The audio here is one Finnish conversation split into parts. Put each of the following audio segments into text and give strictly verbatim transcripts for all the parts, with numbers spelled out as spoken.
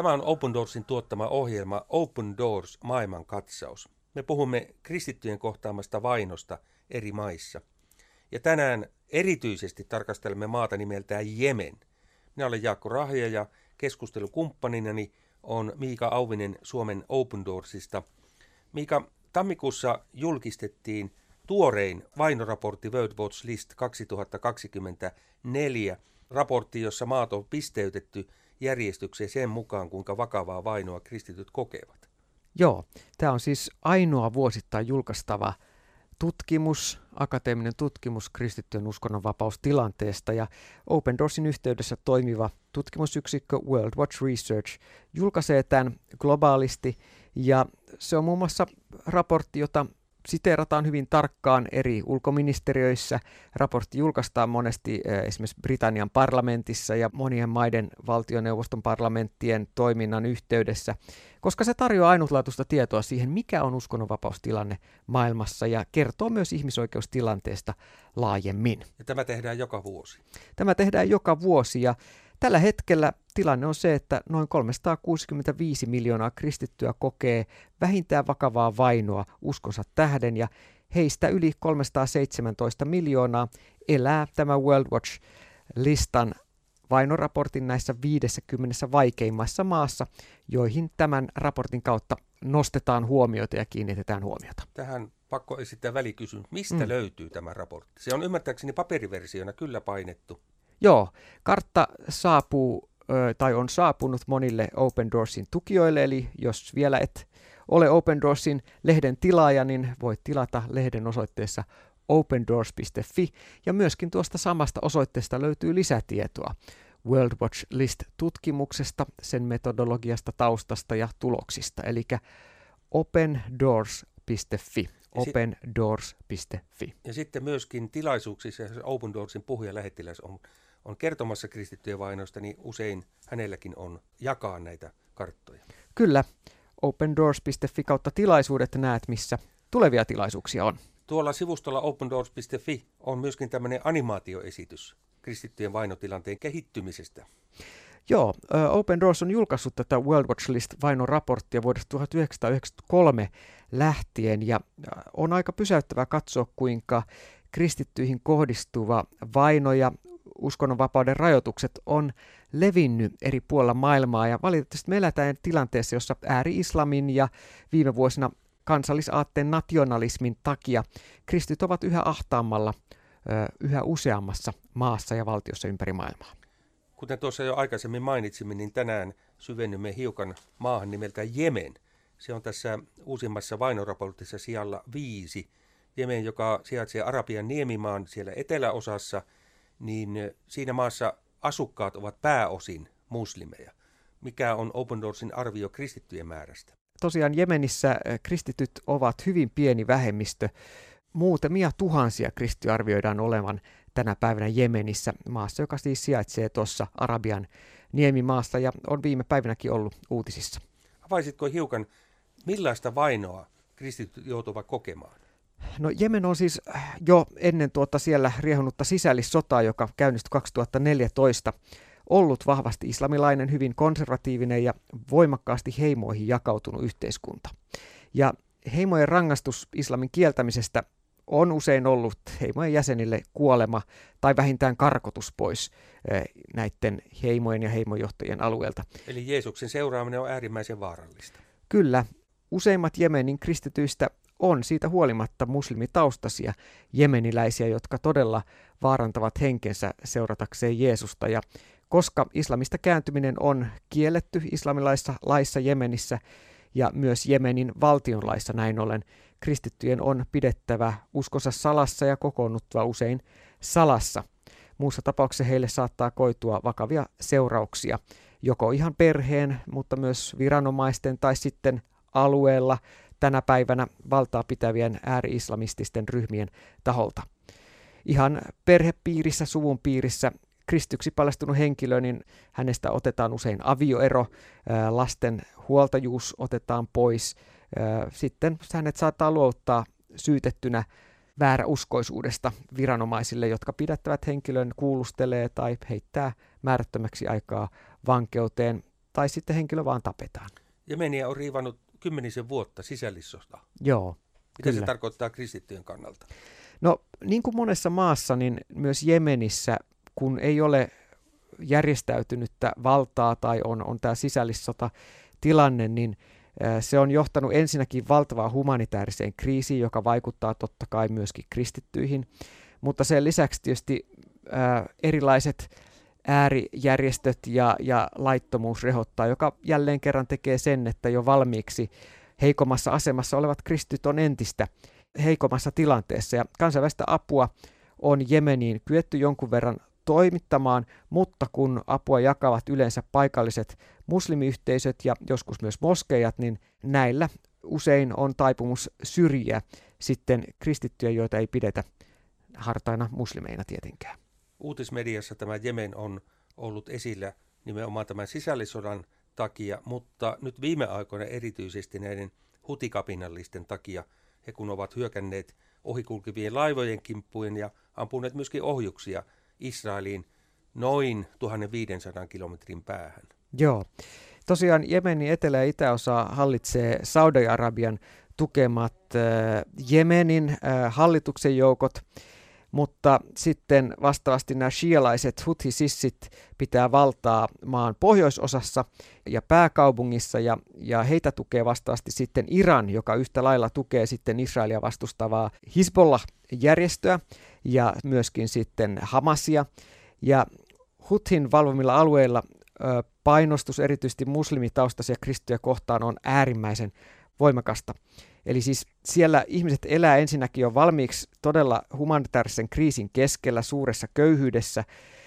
Tämä on Open Doorsin tuottama ohjelma Open Doors maailmankatsaus. Me puhumme kristittyjen kohtaamasta vainosta eri maissa. Ja tänään erityisesti tarkastelemme maata nimeltään Jemen. Minä olen Jaakko Rahja ja keskustelukumppaninani on Miika Auvinen Suomen Open Doorsista. Miika, tammikuussa julkistettiin tuorein vainoraportti World Watch List kaksituhattakaksikymmentäneljä, raportti, jossa maat on pisteytetty järjestykseen sen mukaan, kuinka vakavaa vainoa kristityt kokevat. Joo, tämä on siis ainoa vuosittain julkaistava tutkimus, akateeminen tutkimus kristittyjen uskonnonvapaustilanteesta, ja Open Doorsin yhteydessä toimiva tutkimusyksikkö World Watch Research julkaisee tämän globaalisti, ja se on muun muassa raportti, jota siteerataan hyvin tarkkaan eri ulkoministeriöissä. Raportti julkaistaan monesti esimerkiksi Britannian parlamentissa ja monien maiden valtioneuvoston parlamenttien toiminnan yhteydessä, koska se tarjoaa ainutlaatuista tietoa siihen, mikä on uskonnonvapaustilanne maailmassa ja kertoo myös ihmisoikeustilanteesta laajemmin. Ja tämä tehdään joka vuosi. Tämä tehdään joka vuosi, ja tällä hetkellä tilanne on se, että noin kolmesataakuusikymmentäviisi miljoonaa kristittyä kokee vähintään vakavaa vainoa uskonsa tähden, ja heistä yli kolmesataaseitsemäntoista miljoonaa elää tämä World Watch-listan vainoraportin näissä viidessäkymmenessä vaikeimmassa maassa, joihin tämän raportin kautta nostetaan huomiota ja kiinnitetään huomiota. Tähän pakko esittää välikysymys. Mistä mm. löytyy tämä raportti? Se on ymmärtääkseni paperiversiona kyllä painettu. Joo, kartta saapuu ö, tai on saapunut monille Open Doorsin tukijoille, eli jos vielä et ole Open Doorsin lehden tilaaja, niin voit tilata lehden osoitteessa open doors piste fi, ja myöskin tuosta samasta osoitteesta löytyy lisätietoa World Watch List-tutkimuksesta, sen metodologiasta, taustasta ja tuloksista, eli open doors piste fi. open doors piste fi. Ja sitten myöskin tilaisuuksissa, jos Open Doorsin puhujalähettiläs on, on kertomassa kristittyjen vainoista, niin usein hänelläkin on jakaa näitä karttoja. Kyllä, open doors piste fi kautta tilaisuudet näet, missä tulevia tilaisuuksia on. Tuolla sivustolla open doors piste fi on myöskin tämmöinen animaatioesitys kristittyjen vainotilanteen kehittymisestä. Joo, Open Doors on julkaissut tätä World Watch List-vainoraporttia vuodesta tuhatyhdeksänsataayhdeksänkymmentäkolme lähtien, ja on aika pysäyttävää katsoa, kuinka kristittyihin kohdistuva vaino ja uskonnonvapauden rajoitukset on levinnyt eri puolilla maailmaa, ja valitettavasti me eletään tilanteessa, jossa ääri-islamin ja viime vuosina kansallisaatteen nationalismin takia kristit ovat yhä ahtaammalla yhä useammassa maassa ja valtiossa ympäri maailmaa. Kuten tuossa jo aikaisemmin mainitsimme, niin tänään syvennymme hiukan maahan nimeltä Jemen. Se on tässä uusimmassa vainoraportissa sijalla viisi. Jemen, joka sijaitsee Arabian niemimaan siellä eteläosassa, niin siinä maassa asukkaat ovat pääosin muslimeja. Mikä on Open Doorsin arvio kristittyjen määrästä? Tosiaan Jemenissä kristityt ovat hyvin pieni vähemmistö. Muutamia tuhansia kristittyjä arvioidaan olevan tänä päivänä Jemenissä, maassa, joka siis sijaitsee tuossa Arabian niemimaassa ja on viime päivinäkin ollut uutisissa. Avaisitko hiukan, millaista vainoa kristityt joutuvat kokemaan? No Jemen on siis jo ennen tuota siellä riehunutta sisällissotaa, joka käynnistyi kaksituhattaneljätoista, ollut vahvasti islamilainen, hyvin konservatiivinen ja voimakkaasti heimoihin jakautunut yhteiskunta. Ja heimojen rangaistus islamin kieltämisestä on usein ollut heimojen jäsenille kuolema tai vähintään karkotus pois näiden heimojen ja heimojohtajien alueelta. Eli Jeesuksen seuraaminen on äärimmäisen vaarallista. Kyllä. Useimmat Jemenin kristityistä on siitä huolimatta muslimitaustaisia jemeniläisiä, jotka todella vaarantavat henkensä seuratakseen Jeesusta. Ja koska islamista kääntyminen on kielletty islamilaisessa laissa Jemenissä ja myös Jemenin valtionlaissa näin ollen, kristittyjen on pidettävä uskonsa salassa ja kokoonnuttava usein salassa. Muussa tapauksessa heille saattaa koitua vakavia seurauksia, joko ihan perheen, mutta myös viranomaisten tai sitten alueella tänä päivänä valtaa pitävien ääri-islamististen ryhmien taholta. Ihan perhepiirissä, suvun piirissä kristyksi paljastunut henkilö, niin hänestä otetaan usein avioero, lasten huoltajuus otetaan pois. Sitten hänet saattaa luovuttaa syytettynä vääräuskoisuudesta viranomaisille, jotka pidättävät henkilön, kuulustelee tai heittää määrättömäksi aikaa vankeuteen. tai sitten henkilö vaan tapetaan. Jemeniä on riivannut kymmenisen vuotta sisällissota. Joo, Mitä kyllä. se tarkoittaa kristittyjen kannalta? No niin kuin monessa maassa, niin myös Jemenissä, kun ei ole järjestäytynyttä valtaa tai on, on tämä sisällissota tilanne, niin se on johtanut ensinnäkin valtavaan humanitaariseen kriisiin, joka vaikuttaa totta kai myöskin kristittyihin, mutta sen lisäksi tietysti ää, erilaiset äärijärjestöt ja, ja laittomuus rehottaa, joka jälleen kerran tekee sen, että jo valmiiksi heikommassa asemassa olevat kristityt on entistä heikommassa tilanteessa. Ja kansainvälistä apua on Jemeniin kyetty jonkun verran toimittamaan, mutta kun apua jakavat yleensä paikalliset muslimiyhteisöt ja joskus myös moskeijat, niin näillä usein on taipumus syrjiä sitten kristittyjä, joita ei pidetä hartaina muslimeina tietenkään. Uutismediassa tämä Jemen on ollut esillä nimenomaan tämän sisällissodan takia, mutta nyt viime aikoina erityisesti näiden hutikapinallisten takia, he kun ovat hyökänneet ohikulkevien laivojen kimppuun ja ampuneet myöskin ohjuksia Israeliin noin tuhatviisisataa kilometrin päähän. Joo. Tosiaan Jemenin etelä- ja itäosa hallitsee Saudi-Arabian tukemat äh, Jemenin äh, hallituksen joukot, mutta sitten vastaavasti nämä shialaiset huthisissit pitää valtaa maan pohjoisosassa ja pääkaupungissa, ja, ja heitä tukee vastaavasti sitten Iran, joka yhtä lailla tukee sitten Israelia vastustavaa Hizbollah-järjestöä ja myöskin sitten Hamasia. Ja Huthin valvomilla alueilla ö, painostus erityisesti muslimitaustaisia kristittyjä kohtaan on äärimmäisen voimakasta. Eli siis siellä ihmiset elää ensinnäkin jo valmiiksi todella humanitaarisen kriisin keskellä suuressa köyhyydessä,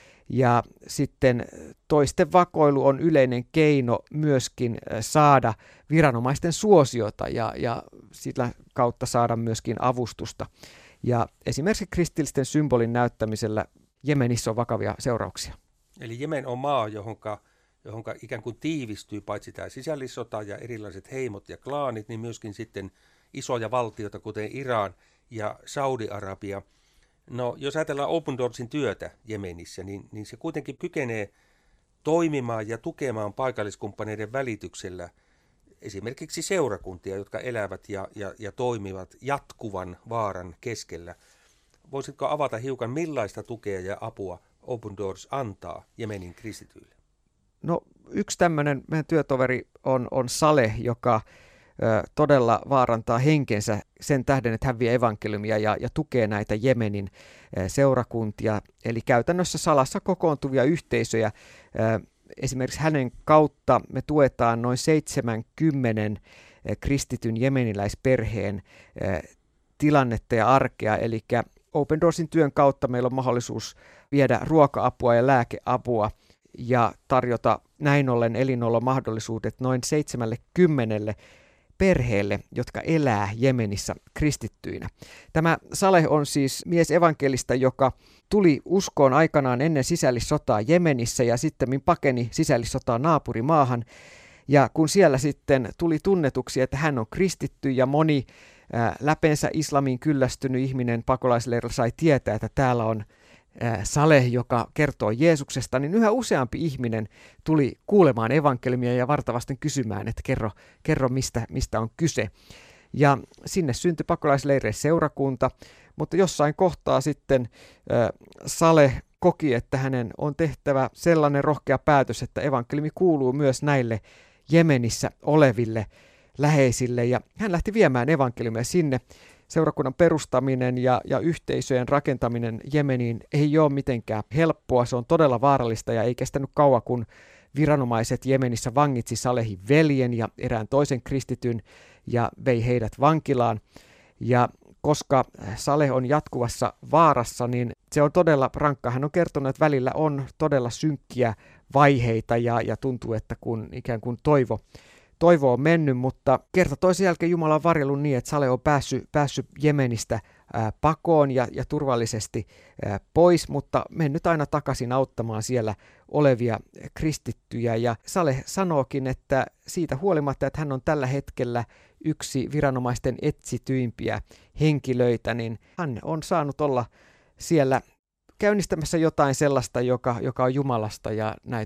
ja sitten toisten vakoilu on yleinen keino myöskin saada viranomaisten suosiota ja, ja sillä kautta saada myöskin avustusta. Ja esimerkiksi kristillisten symbolin näyttämisellä Jemenissä on vakavia seurauksia. Eli Jemen on maa, johonka, johonka ikään kuin tiivistyy paitsi tämä sisällissota ja erilaiset heimot ja klaanit, niin myöskin sitten isoja valtioita, kuten Iran ja Saudi-Arabia. No, jos ajatellaan Open Doorsin työtä Jemenissä, niin, niin se kuitenkin kykenee toimimaan ja tukemaan paikalliskumppaneiden välityksellä esimerkiksi seurakuntia, jotka elävät ja, ja, ja toimivat jatkuvan vaaran keskellä. Voisitko avata hiukan, millaista tukea ja apua Open Doors antaa Jemenin kristityille? No, yksi tämmöinen meidän työtoveri on, on Saleh, joka ö, todella vaarantaa henkensä sen tähden, että hän vie evankeliumia ja, ja tukee näitä Jemenin ö, seurakuntia. Eli käytännössä salassa kokoontuvia yhteisöjä. Ö, esimerkiksi hänen kautta me tuetaan noin seitsemänkymmentä kristityn jemeniläisperheen ö, tilannetta ja arkea, eli Open Doorsin työn kautta meillä on mahdollisuus viedä ruoka-apua ja lääkeapua ja tarjota näin ollen elinolomahdollisuudet noin seitsemänkymmentä perheelle, jotka elää Jemenissä kristittyinä. Tämä Saleh on siis mies evankelista, joka tuli uskoon aikanaan ennen sisällissotaa Jemenissä ja sitten pakeni sisällissotaa naapurimaahan. Ja kun siellä sitten tuli tunnetuksi, että hän on kristitty ja moni ää, läpensä islamiin kyllästynyt ihminen pakolaisleirillä sai tietää, että täällä on ää, Saleh, joka kertoo Jeesuksesta, niin yhä useampi ihminen tuli kuulemaan evankeliumia ja vartavasten kysymään, että kerro, kerro mistä, mistä on kyse. Ja sinne syntyi pakolaisleireille seurakunta, mutta jossain kohtaa sitten ää, Saleh koki, että hänen on tehtävä sellainen rohkea päätös, että evankeliumi kuuluu myös näille Jemenissä oleville läheisille, ja hän lähti viemään evankeliumia sinne. Seurakunnan perustaminen ja, ja yhteisöjen rakentaminen Jemeniin ei ole mitenkään helppoa, se on todella vaarallista ja ei kestänyt kauan, kun viranomaiset Jemenissä vangitsi Salehin veljen ja erään toisen kristityn ja vei heidät vankilaan. Ja koska Saleh on jatkuvassa vaarassa, niin se on todella rankka. Hän on kertonut, että välillä on todella synkkiä vaiheita ja, ja tuntuu, että kun ikään kuin toivo, toivo on mennyt, mutta kerta toisen jälkeen Jumala on varjellut niin, että Saleh on päässyt, päässyt Jemenistä ää, pakoon ja, ja turvallisesti ää, pois, mutta mennyt aina takaisin auttamaan siellä olevia kristittyjä. Ja Saleh sanookin, että siitä huolimatta, että hän on tällä hetkellä yksi viranomaisten etsityimpiä henkilöitä, niin hän on saanut olla siellä käynnistämässä jotain sellaista, joka, joka on Jumalasta ja näitä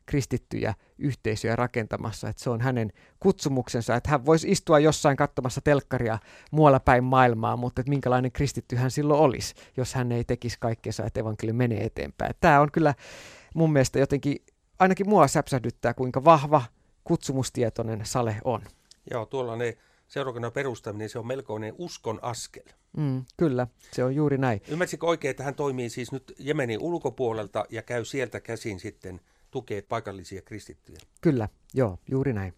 kristittyjä yhteisöjä rakentamassa. Että se on hänen kutsumuksensa, että hän voisi istua jossain katsomassa telkkaria muualla päin maailmaa, mutta että minkälainen kristitty hän silloin olisi, jos hän ei tekisi kaikkeensa, että evankeliumi menee eteenpäin. Tämä on kyllä mun mielestä jotenkin, ainakin mua säpsähdyttää, kuinka vahva kutsumustietoinen Saleh on. Joo, tuollainen seurakunnan perustaminen, se on melkoinen uskon askel. Mm, kyllä, se on juuri näin. Ymmärsikö oikein, että hän toimii siis nyt Jemenin ulkopuolelta ja käy sieltä käsin sitten tukee paikallisia kristittyjä? Kyllä, joo, juuri näin.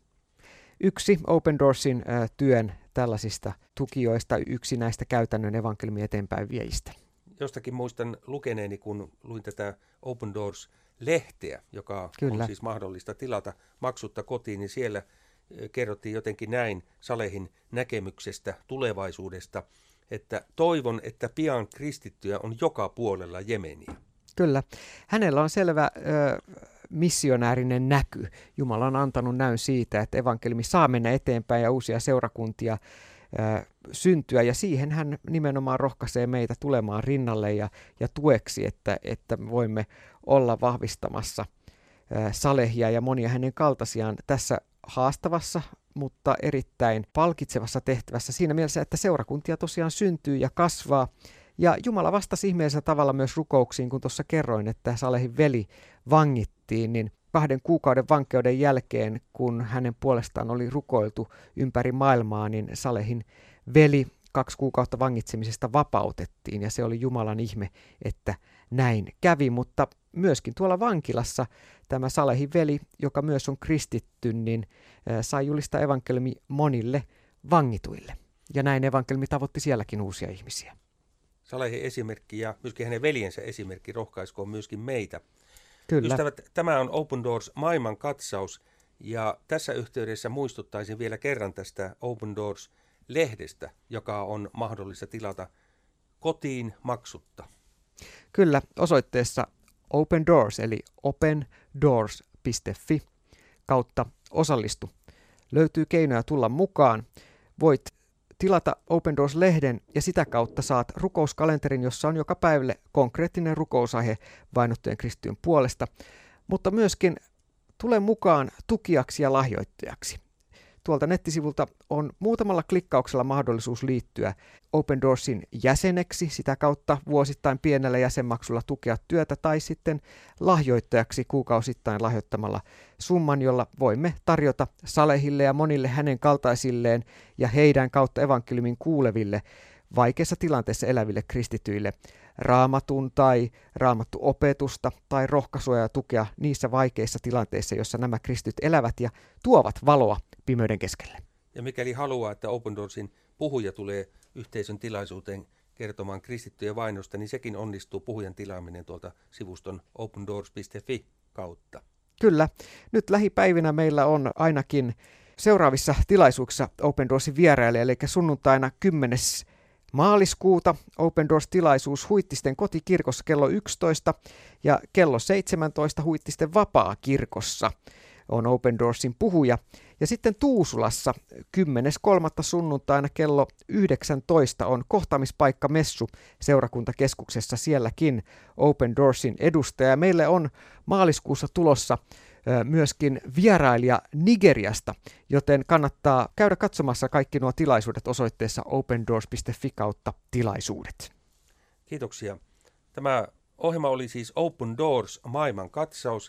Yksi Open Doorsin äh, työn tällaisista tukijoista, yksi näistä käytännön evankeliumin eteenpäin viejistä. Jostakin muistan lukeneeni, kun luin tätä Open Doors-lehteä, joka Kyllä. on siis mahdollista tilata maksutta kotiin, niin siellä kerrottiin jotenkin näin Salehin näkemyksestä tulevaisuudesta, että toivon, että pian kristittyjä on joka puolella Jemeniä. Kyllä. Hänellä on selvä ö, missionäärinen näky. Jumala on antanut näyn siitä, että evankeliumi saa mennä eteenpäin ja uusia seurakuntia ö, syntyä. Ja siihen hän nimenomaan rohkaisee meitä tulemaan rinnalle ja, ja tueksi, että, että voimme olla vahvistamassa ö, Salehia ja monia hänen kaltaisiaan tässä haastavassa, mutta erittäin palkitsevassa tehtävässä siinä mielessä, että seurakuntia tosiaan syntyy ja kasvaa. Ja Jumala vastasi ihmeellisellä tavalla myös rukouksiin, kun tuossa kerroin, että Salehin veli vangittiin, niin kahden kuukauden vankeuden jälkeen, kun hänen puolestaan oli rukoiltu ympäri maailmaa, niin Salehin veli kaksi kuukautta vangitsemisesta vapautettiin, ja se oli Jumalan ihme, että näin kävi, mutta myöskin tuolla vankilassa tämä Salehin veli, joka myös on kristitty, niin sai julistaa evankeliumi monille vangituille. Ja näin evankeliumi tavoitti sielläkin uusia ihmisiä. Salehin esimerkki ja myöskin hänen veljensä esimerkki rohkaiskoon myöskin meitä. Kyllä. Ystävät, tämä on Open Doors maailman katsaus, ja tässä yhteydessä muistuttaisin vielä kerran tästä Open Doors-lehdestä, joka on mahdollista tilata kotiin maksutta. Kyllä, osoitteessa Open Doors eli open doors piste fi kautta osallistu. Löytyy keinoja tulla mukaan. Voit tilata Open Doors-lehden ja sitä kautta saat rukouskalenterin, jossa on joka päivälle konkreettinen rukousaihe vainottujen kristittyjen puolesta, mutta myöskin tule mukaan tukijaksi ja lahjoittajaksi. Tuolta nettisivulta on muutamalla klikkauksella mahdollisuus liittyä Open Doorsin jäseneksi, sitä kautta vuosittain pienellä jäsenmaksulla tukea työtä tai sitten lahjoittajaksi kuukausittain lahjoittamalla summan, jolla voimme tarjota Salehille ja monille hänen kaltaisilleen ja heidän kautta evankeliumin kuuleville vaikeassa tilanteessa eläville kristityille raamatun tai raamattuopetusta tai rohkaisua ja tukea niissä vaikeissa tilanteissa, joissa nämä kristityt elävät ja tuovat valoa pimeyden keskelle. Ja mikäli haluaa, että Open Doorsin puhuja tulee yhteisön tilaisuuteen kertomaan kristittyjen vainosta, niin sekin onnistuu puhujan tilaaminen tuolta sivuston open doors piste fi kautta. Kyllä. Nyt lähipäivinä meillä on ainakin seuraavissa tilaisuuksissa Open Doorsin vieraille, eli sunnuntaina kymmenes maaliskuuta Open Doors-tilaisuus Huittisten kotikirkossa kello yksitoista ja kello seitsemäntoista Huittisten vapaa-kirkossa on Open Doorsin puhuja. Ja sitten Tuusulassa kymmenes kolmatta sunnuntaina kello yhdeksäntoista on kohtaamispaikka messu seurakuntakeskuksessa, sielläkin Open Doorsin edustaja. Meille on maaliskuussa tulossa myöskin vierailija Nigeriasta, joten kannattaa käydä katsomassa kaikki nuo tilaisuudet osoitteessa open doors piste fi kautta tilaisuudet. Kiitoksia. Tämä ohjelma oli siis Open Doors maailman katsaus,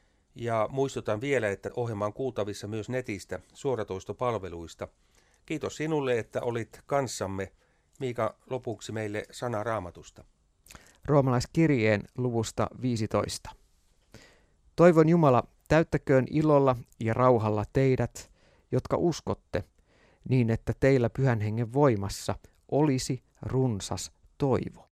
ja muistutan vielä, että ohjelma on kuultavissa myös netistä suoratoistopalveluista. Kiitos sinulle, että olit kanssamme. Miika, lopuksi meille sana Raamatusta. Roomalaiskirjeen luvusta viisitoista. Toivon Jumala, täyttäköön ilolla ja rauhalla teidät, jotka uskotte, niin että teillä Pyhän Hengen voimassa olisi runsas toivo.